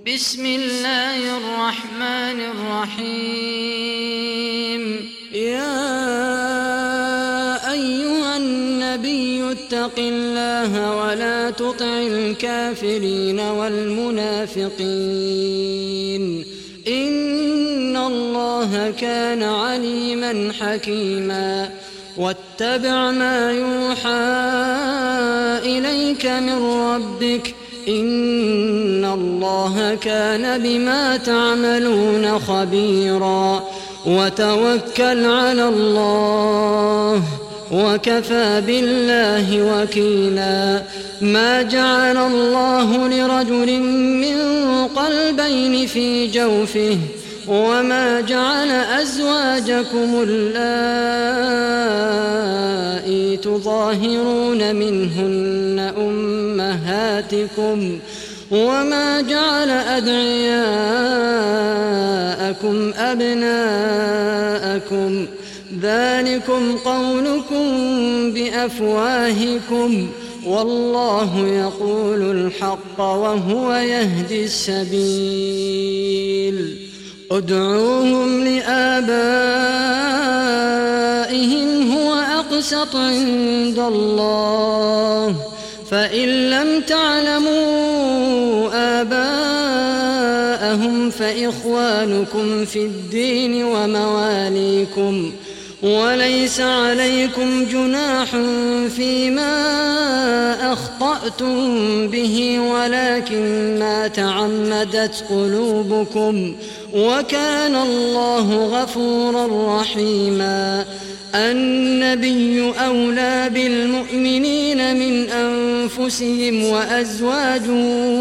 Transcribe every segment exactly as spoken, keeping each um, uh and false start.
بسم الله الرحمن الرحيم. يا أيها النبي اتق الله ولا تطع الكافرين والمنافقين إن الله كان عليما حكيما. واتبع ما يوحى إليك من ربك إن الله كان بما تعملون خبيرا. وتوكل على الله وكفى بالله وكيلا. ما جعل الله لرجل من قلبين في جوفه وما جعل أزواجكم اللائي تظاهرون منهن أمهاتكم وما جعل أدعياءكم أبناءكم ذلكم قولكم بأفواهكم والله يقول الحق وهو يهدي السبيل. ادعوهم لآبائهم هو أقسط عند الله فإن لم تعلموا آباءهم فإخوانكم في الدين ومواليكم وليس عليكم جناح فيما أخطأتم به ولكن ما تعمدت قلوبكم وكان الله غفورا رحيما. النبي أولى بالمؤمنين من أنفسهم وأزواجه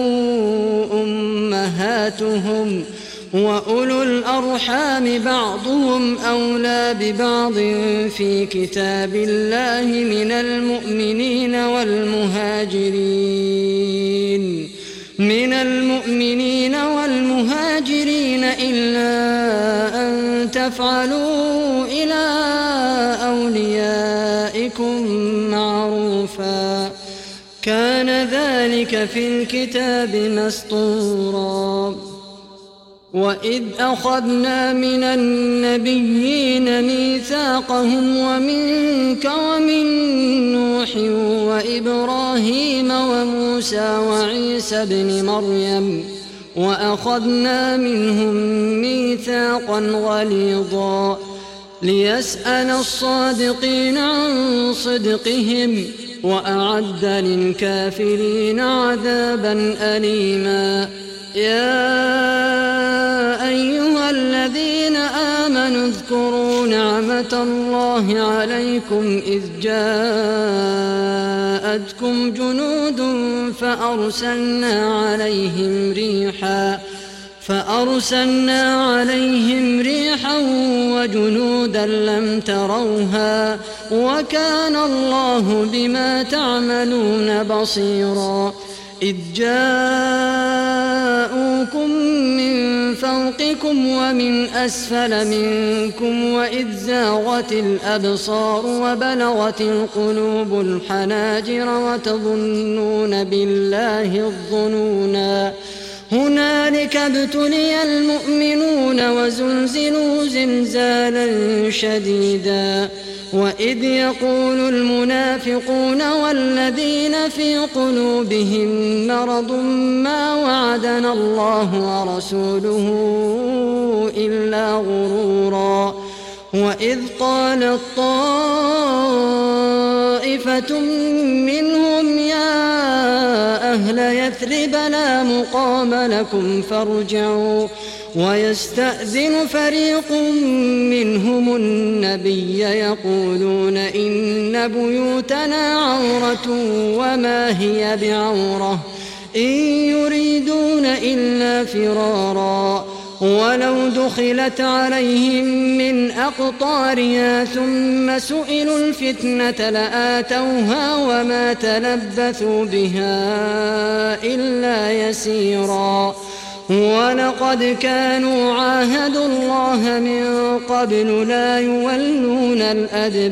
أمهاتهم وأولو الأرحام بعضهم أولى ببعض في كتاب الله من المؤمنين والمهاجرين من المؤمنين والمهاجرين إلا أن تفعلوا إلى أوليائكم معروفا كان ذلك في الكتاب مسطورا. وإذ أخذنا من النبيين ميثاقهم ومنك ومن نوح وإبراهيم وموسى وعيسى ابن مريم وأخذنا منهم ميثاقا غليظا ليسأل الصادقين عن صدقهم وأعد للكافرين عذابا أليما. يا أيها الذين آمنوا اذكروا نعمة الله عليكم إذ جاءتكم جنود فأرسلنا عليهم ريحا فأرسلنا عليهم ريحا وجنودا لم تروها وكان الله بما تعملون بصيرا. إذ جاءوكم من فوقكم ومن أسفل منكم وإذ زاغت الأبصار وبلغت القلوب الحناجر وتظنون بالله الظنونا هنالك ابتلي المؤمنون وزلزلوا زلزالا شديدا. وإذ يقول المنافقون والذين في قلوبهم مرض ما وعدنا الله ورسوله إلا غرورا. وإذ قالت طائفة منهم يا أهل يثرب لا مقام لكم فارجعوا ويستأذن فريق منهم النبي يقولون إن بيوتنا عورة وما هي بعورة إن يريدون إلا فرارا ولو دخلت عليهم من أقطارها ثم سئلوا الفتنة لآتوها وما تلبثوا بها إلا يسيرا. ولقد كانوا عاهدوا الله من قبل لا يولون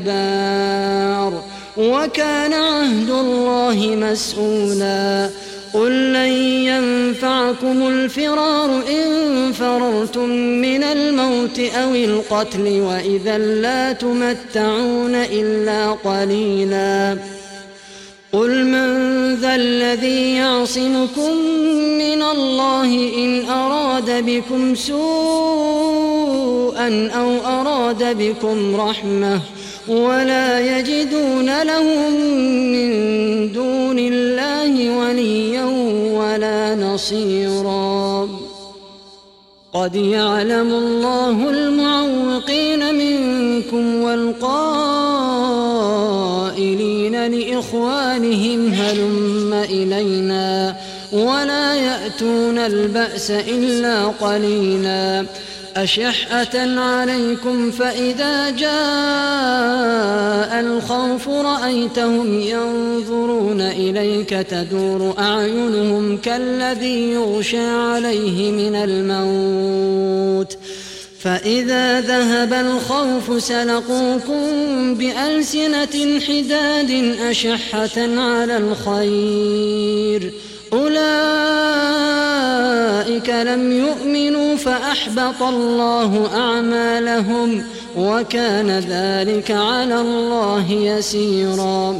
الأدبار وكان عهد الله مسؤولا. قل لن ينفعكم الفرار إن فررتم من الموت أو القتل وإذا لا تمتعون إلا قليلا قل من ذا الذي يعصمكم من الله إن أراد بكم سوءا أو أراد بكم رحمة ولا يجدون لهم من دون الله وليا ولا نصيرا قد يعلم الله المعوقين منكم والقائلين لإخوانهم هلم إلينا ولا يأتون البأس إلا قليلا أشحة عليكم فإذا جاء الخوف رأيتهم ينظرون إليك تدور أعينهم كالذي يغشى عليه من الموت فإذا ذهب الخوف سلقوكم بألسنة حداد أشحة على الخير أولئك لم يؤمنوا فأحبط الله أعمالهم وكان ذلك على الله يسيرا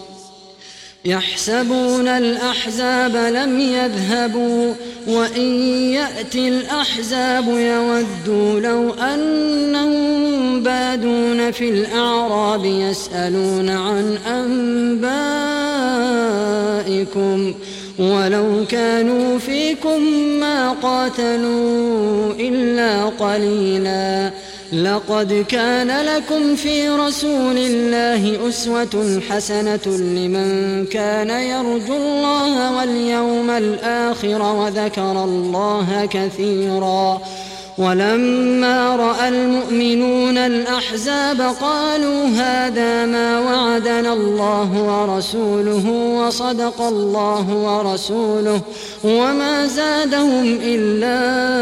يحسبون الأحزاب لم يذهبوا وإن يأتي الأحزاب يودوا لو أنهم بادون في الأعراب يسألون عن أنبائكم ولو كانوا فيكم ما قاتلوا إلا قليلا لقد كان لكم في رسول الله أسوة حسنة لمن كان يرجو الله واليوم الآخر وذكر الله كثيرا ولما رأى المؤمنون الأحزاب قالوا هذا ما وعدنا الله ورسوله وصدق الله ورسوله وما زادهم إلا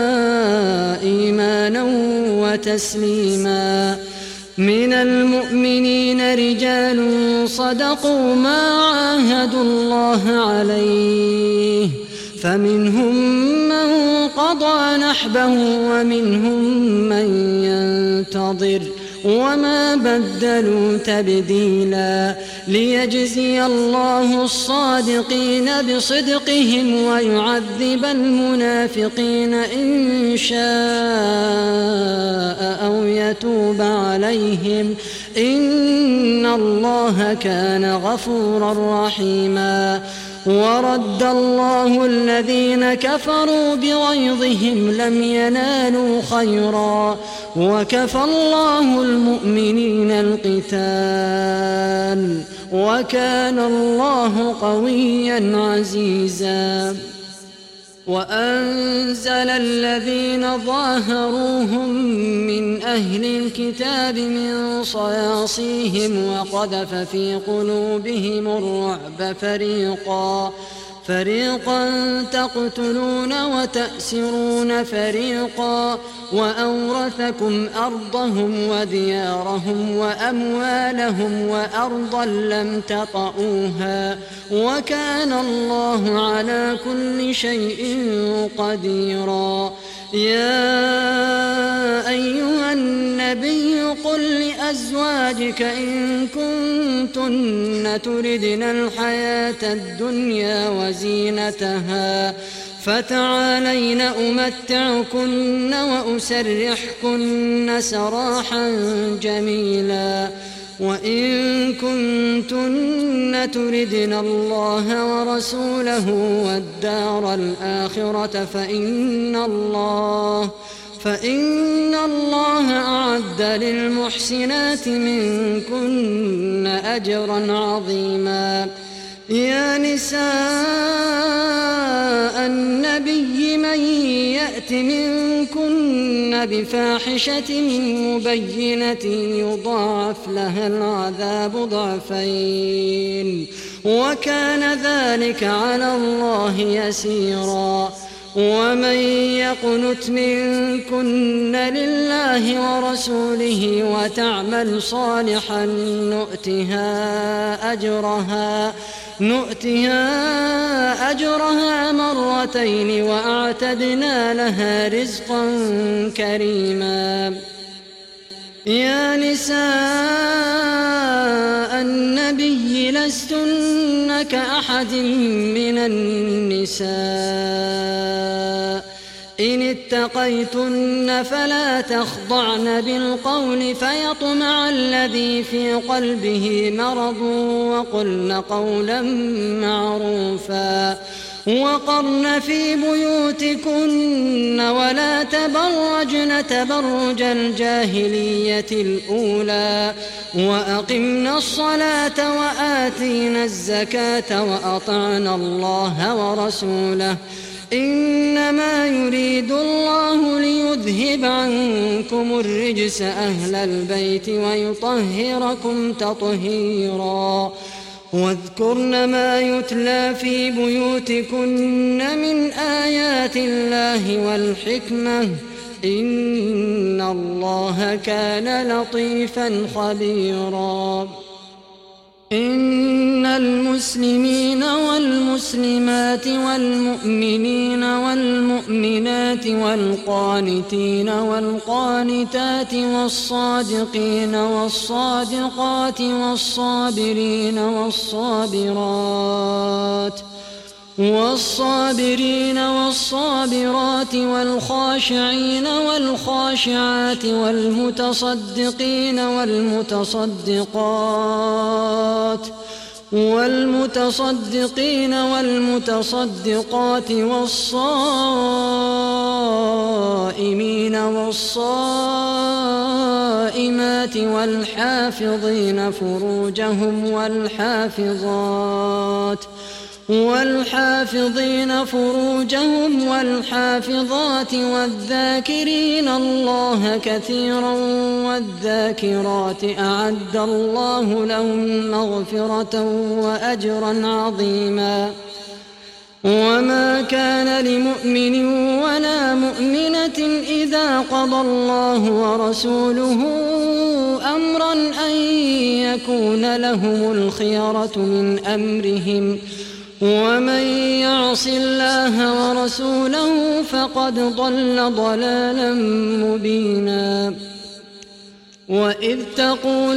إيمانا وتسليما من المؤمنين رجال صدقوا ما عاهدوا الله عليه فمنهم من قضى نحبه ومنهم من ينتظر وما بدلوا تبديلا ليجزي الله الصادقين بصدقهم ويعذب المنافقين إن شاء أو يتوب عليهم إن الله كان غفورا رحيما ورد الله الذين كفروا بغيظهم لم ينالوا خيرا وكفى الله المؤمنين القتال وكان الله قويا عزيزا وأنزل الذين ظاهروهم من أهل الكتاب من صياصيهم وقذف في قلوبهم الرعب فريقا فريقا تقتلون وتأسرون فريقا وأورثكم أرضهم وديارهم وأموالهم وأرضا لم تطئوها وكان الله على كل شيء قديرا يا أيها النبي قل لأزواجك إن كنتن تردن الحياة الدنيا وزينتها فتعالين أمتعكن وأسرحكن سراحا جميلا وإن كنتن تردن الله ورسوله والدار الآخرة فإن الله فإن الله أعد للمحسنات منكن أجرا عظيما يا نساء النبي من يأت منكن بفاحشة مبينة يضاعف لها العذاب ضعفين وكان ذلك على الله يسيرا ومن يقنت منكن لله ورسوله وتعمل صالحا نؤتها أجرها نؤتها أجرها مرتين وأعتدنا لها رزقا كريما. يا نساء النبي لستن كأحد من النساء إن اتقيتن فلا تخضعن بالقول فيطمع الذي في قلبه مرض وقلن قولا معروفا وقرن في بيوتكن ولا تبرجن تبرج الجاهلية الأولى وأقمنا الصلاة وآتينا الزكاة وأطعنا الله ورسوله إنما يريد الله ليذهب عنكم الرجس أهل البيت ويطهركم تطهيرا. واذكرن ما يتلى في بيوتكن من آيات الله والحكمة إن الله كان لطيفا خبيرا. إن المسلمين والمسلمات والمؤمنين والمؤمنات والقانتين والقانتات والصادقين والصادقات والصابرين والصابرات والصابرين والصابرات والخاشعين والخاشعات والمتصدقين والمتصدقات والمتصدقين والمتصدقات والصائمين والصائمات والحافظين فروجهم والحافظات والحافظين فروجهم والحافظات والذاكرين الله كثيرا والذاكرات أعد الله لهم مغفرة وأجرا عظيما. وما كان لمؤمن ولا مؤمنة إذا قضى الله ورسوله أمرا أن يكون لهم الخيرة من أمرهم ومن يعص الله ورسوله فقد ضل ضلالا مبينا. وإذ تقول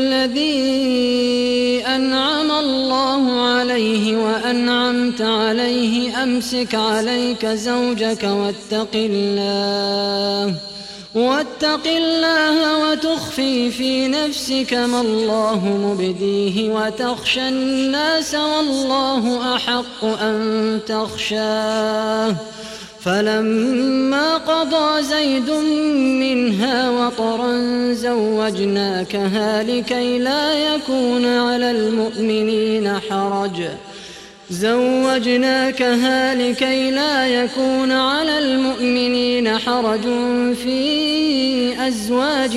للذي أنعم الله عليه وأنعمت عليه أمسك عليك زوجك واتق الله واتق الله وتخفي في نفسك ما الله مبديه وتخشى الناس والله أحق أن تخشاه. فلما قضى زيد منها وطرا زوجناكها لكي لا يكون على المؤمنين حرج زوجناكها لكي لا يكون على المؤمنين حرج في أزواج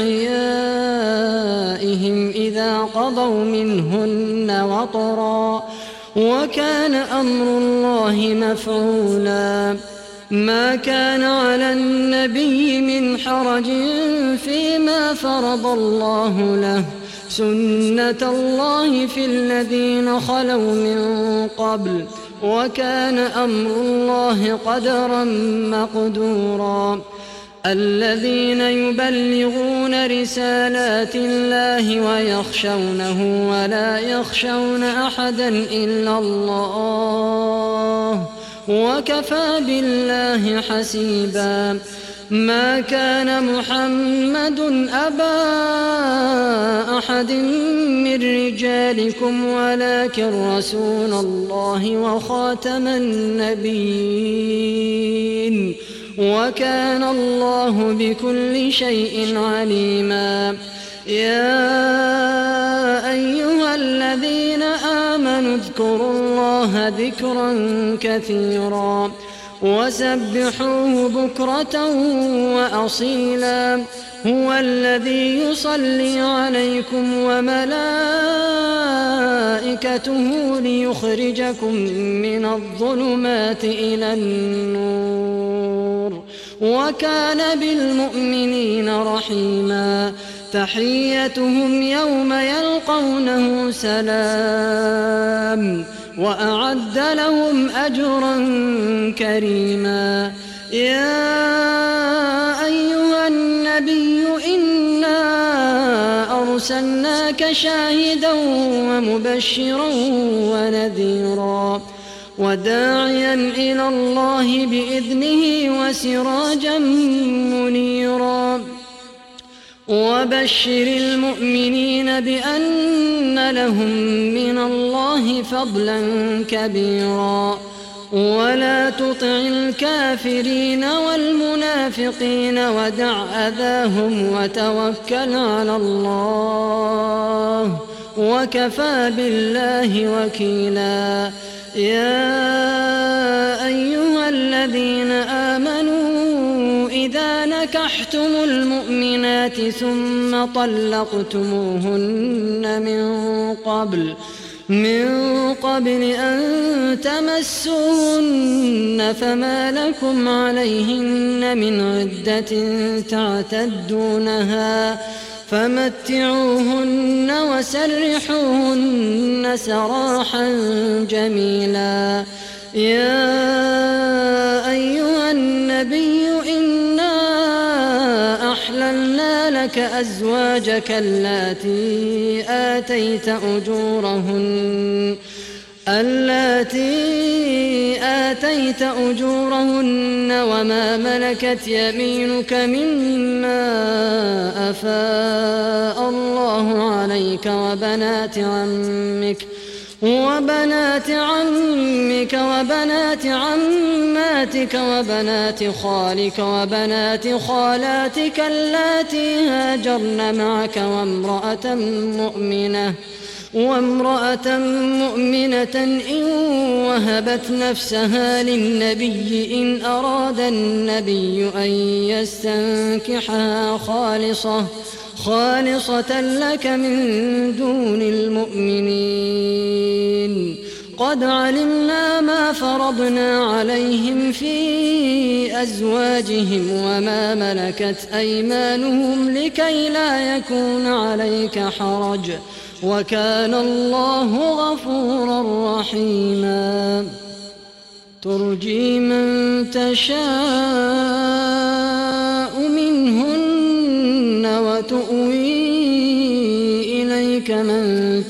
أدعيائهم إذا قضوا منهن وطرا وكان أمر الله مفعولا. ما كان على النبي من حرج فيما فرض الله له سنة الله في الذين خلوا من قبل وكان أمر الله قدرا مقدورا. الذين يبلغون رسالات الله ويخشونه ولا يخشون أحدا إلا الله وكفى بالله حسيبا. ما كان محمد أبا أحد من رجالكم ولكن رسول الله وخاتم النبيين وكان الله بكل شيء عليما. يا أيها الذين آمنوا اذكروا الله ذكرا كثيرا وسبحوه بكرة وأصيلا. هو الذي يصلي عليكم وملائكته ليخرجكم من الظلمات إلى النور وكان بالمؤمنين رحيما. تحيتهم يوم يلقونه سلام وأعد لهم أجرا كريما. يا أيها النبي إنا أرسلناك شاهدا ومبشرا ونذيرا وداعيا إلى الله بإذنه وسراجا منيرا وبشر المؤمنين بأن لهم من الله فضلا كبيرا ولا تطع الكافرين والمنافقين ودع أذاهم وتوكل على الله وكفى بالله وكيلا. يا أيها الذين آمنوا إذا نكحتم المؤمنات ثم طلقتموهن من قبل من قبل أن تمسوهن فما لكم عليهن من عدة تعتدونها فمتعوهن وسرحوهن سراحا جميلا. يا أيها النبي إنا أحللنا لك أزواجك اللاتي آتيت أجورهن اللاتي آتيت أجورهن وما ملكت يمينك مما أفاء الله عليك وبنات عمك وبنات عمك وبنات عماتك وبنات خالك وبنات خالاتك اللاتي هاجرن معك وامرأة مؤمنة وامرأة مؤمنة إن وهبت نفسها للنبي إن أراد النبي أن يستنكحها خالصة خالصة لك من دون المؤمنين. قد علمنا ما فرضنا عليهم في أزواجهم وما ملكت أيمانهم لكي لا يكون عليك حرج وكان الله غفورا رحيما. ترجي من تشاء منهن وتؤوي إليك من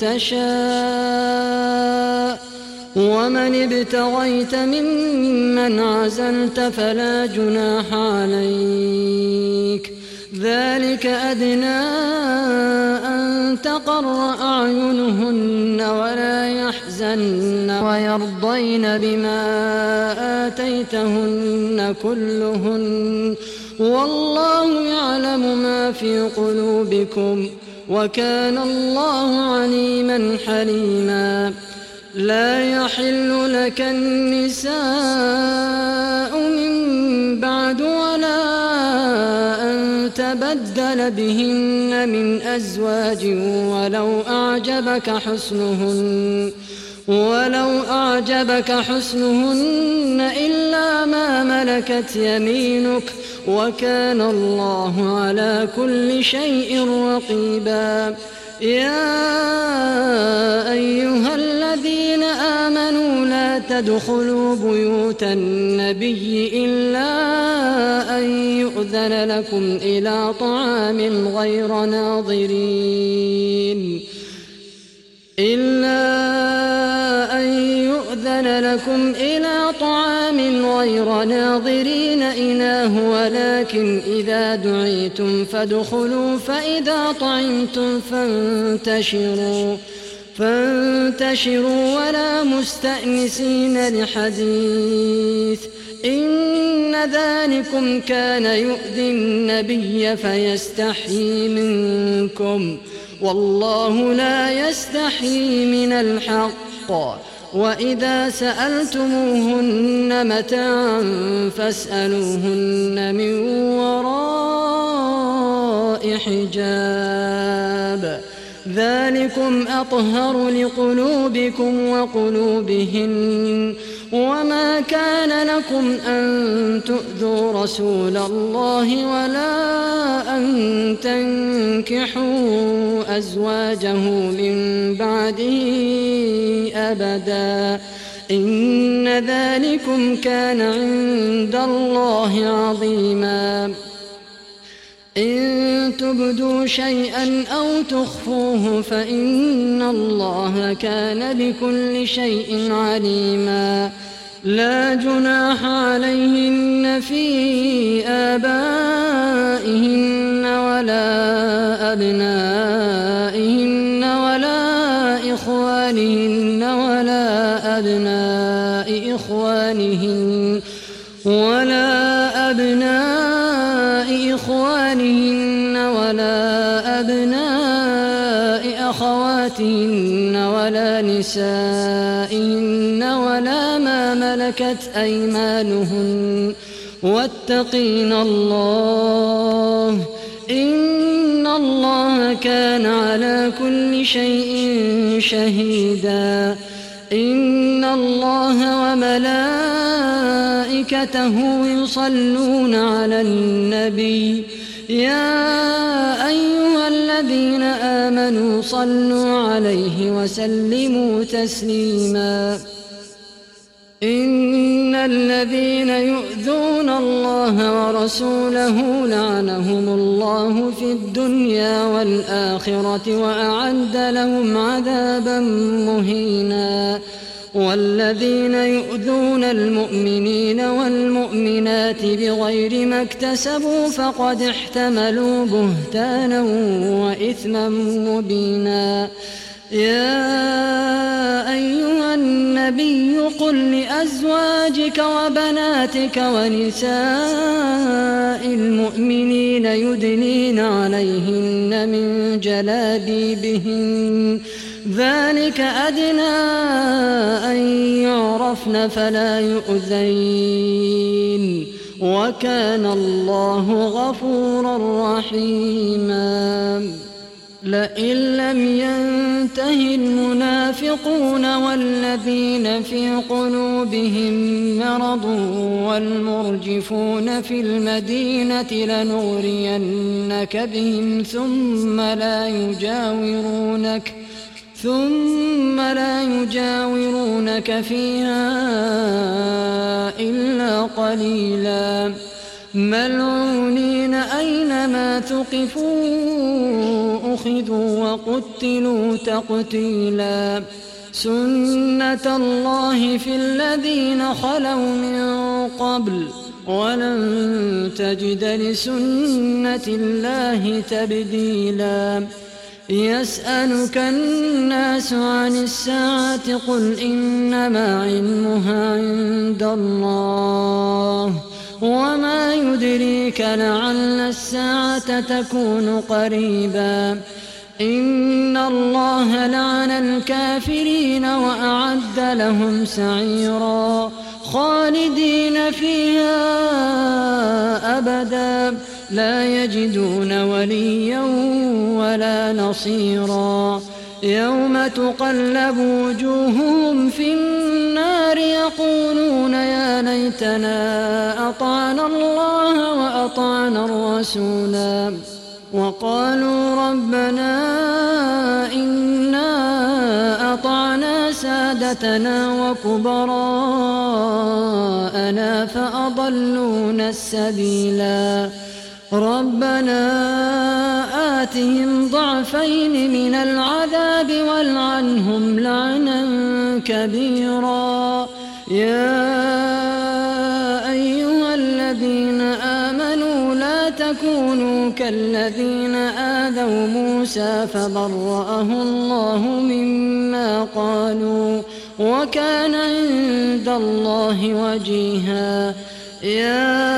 تشاء ومن ابتغيت ممن عزلت فلا جناح عليك ذلك أدنى أن تقر أعينهن ولا يحزن ويرضين بما آتيتهن كلهن والله يعلم ما في قلوبكم وكان الله عليما حليما. لا يحل لك النساء من بعد ولا أن تبدل بهن من أزواج ولو أعجبك حسنهن ولو أعجبك حسنهن إلا ما ملكت يمينك وكان الله على كل شيء رقيبا. يا أيها الذين آمنوا لا تدخلوا بيوت النبي إلا أن يؤذن لكم إلى طعام غير ناظرين إلا أن يؤذن لكم إلى طعام غير ناظرين إناه ولكن إذا دعيتم فادخلوا فإذا طعمتم فانتشروا فانتشروا ولا مستأنسين لحديث إن ذلكم كان يؤذي النبي فيستحيي منكم والله لا يستحيي من الحق. وإذا سألتموهن متاعا فاسألوهن من وراء حجاب ذلكم أطهر لقلوبكم وقلوبهن وما كان لكم أن تؤذوا رسول الله ولا أن تنكحوا أزواجه من بعده أبدا إن ذلكم كان عند الله عظيما إن تبدوا شيئا أو تخفوه فإن الله كان بكل شيء عليما لا جناح عليهن في آبائهن ولا أبنائهن ولا إخوانهن ولا أبناء إخوانهن ولا أبناء إخوانهن ولا أبناء أخواتهن ولا نسائهن ولا ما ملكت أيمانهن واتقين الله إن الله كان على كل شيء شهيدا إن الله وملائكته يصلون على النبي يا أيها الذين آمنوا صلوا عليه وسلموا تسليما إن الذين يؤذون الله ورسوله لعنهم الله في الدنيا والآخرة وأعد لهم عذابا مهينا والذين يؤذون المؤمنين والمؤمنات بغير ما اكتسبوا فقد احتملوا بهتانا وإثما مبينا يا أيها النبي قل لأزواجك وبناتك ونساء المؤمنين يدنين عليهن من جلابيبهن ذلك أدنى أن يعرفن فلا يؤذين وكان الله غفورا رحيما لئن لم ينته المنافقون والذين في قلوبهم مرض والمرجفون في المدينة لنغرينك بهم ثم لا يجاورونك ثم لا يجاورونك فيها إلا قليلا ملعونين أينما ثقفوا أخذوا وقتلوا تقتيلا سنة الله في الذين خلوا من قبل ولن تجد لسنة الله تبديلا يسألك الناس عن الساعة قل إنما علمها عند الله وما يدريك لعل الساعة تكون قريبا إن الله لعن الكافرين وأعد لهم سعيرا خالدين فيها أبدا لا يجدون وليا ولا نصيرا يوم تقلب وجوههم في النار يقولون يا ليتنا أطعنا الله وأطعنا الرسولا وقالوا ربنا إنا أطعنا سادتنا وكبراءنا فأضلونا السبيلا ربنا آتهم ضعفين من العذاب والعنهم لعنا كبيرا يا أيها الذين آمنوا لا تكونوا كالذين آذوا موسى فبرأه الله مما قالوا وكان عند الله وجيها يا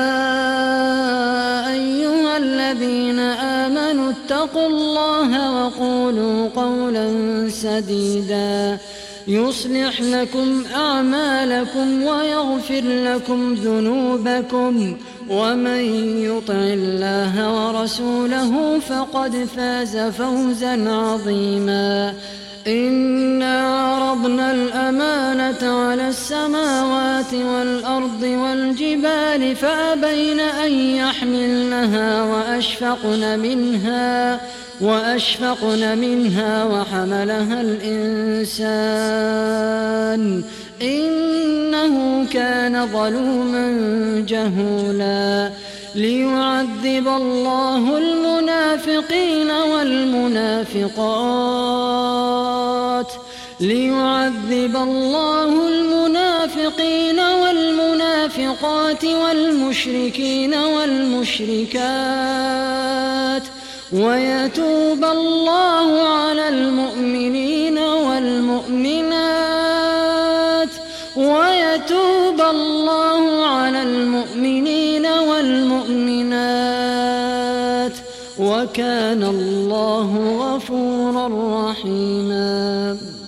أيها الذين آمنوا اتقوا الله وقولوا قولا سديدا يصلح لكم أعمالكم ويغفر لكم ذنوبكم ومن يطع الله ورسوله فقد فاز فوزا عظيما إنا عرضنا الأمانة على السماوات والأرض والجبال فأبين أن يحملنها وأشفقن منها وأشفقن منها وحملها الإنسان إنه كان ظلوما جهولا ليعذب الله المنافقين والمنافقات ليعذب الله المنافقين والمنافقات والمشركين والمشركات ويتوب الله على المؤمنين والمؤمنات ويتوب الله على المؤمنين والمؤمنات وكان الله غفورا رحيما.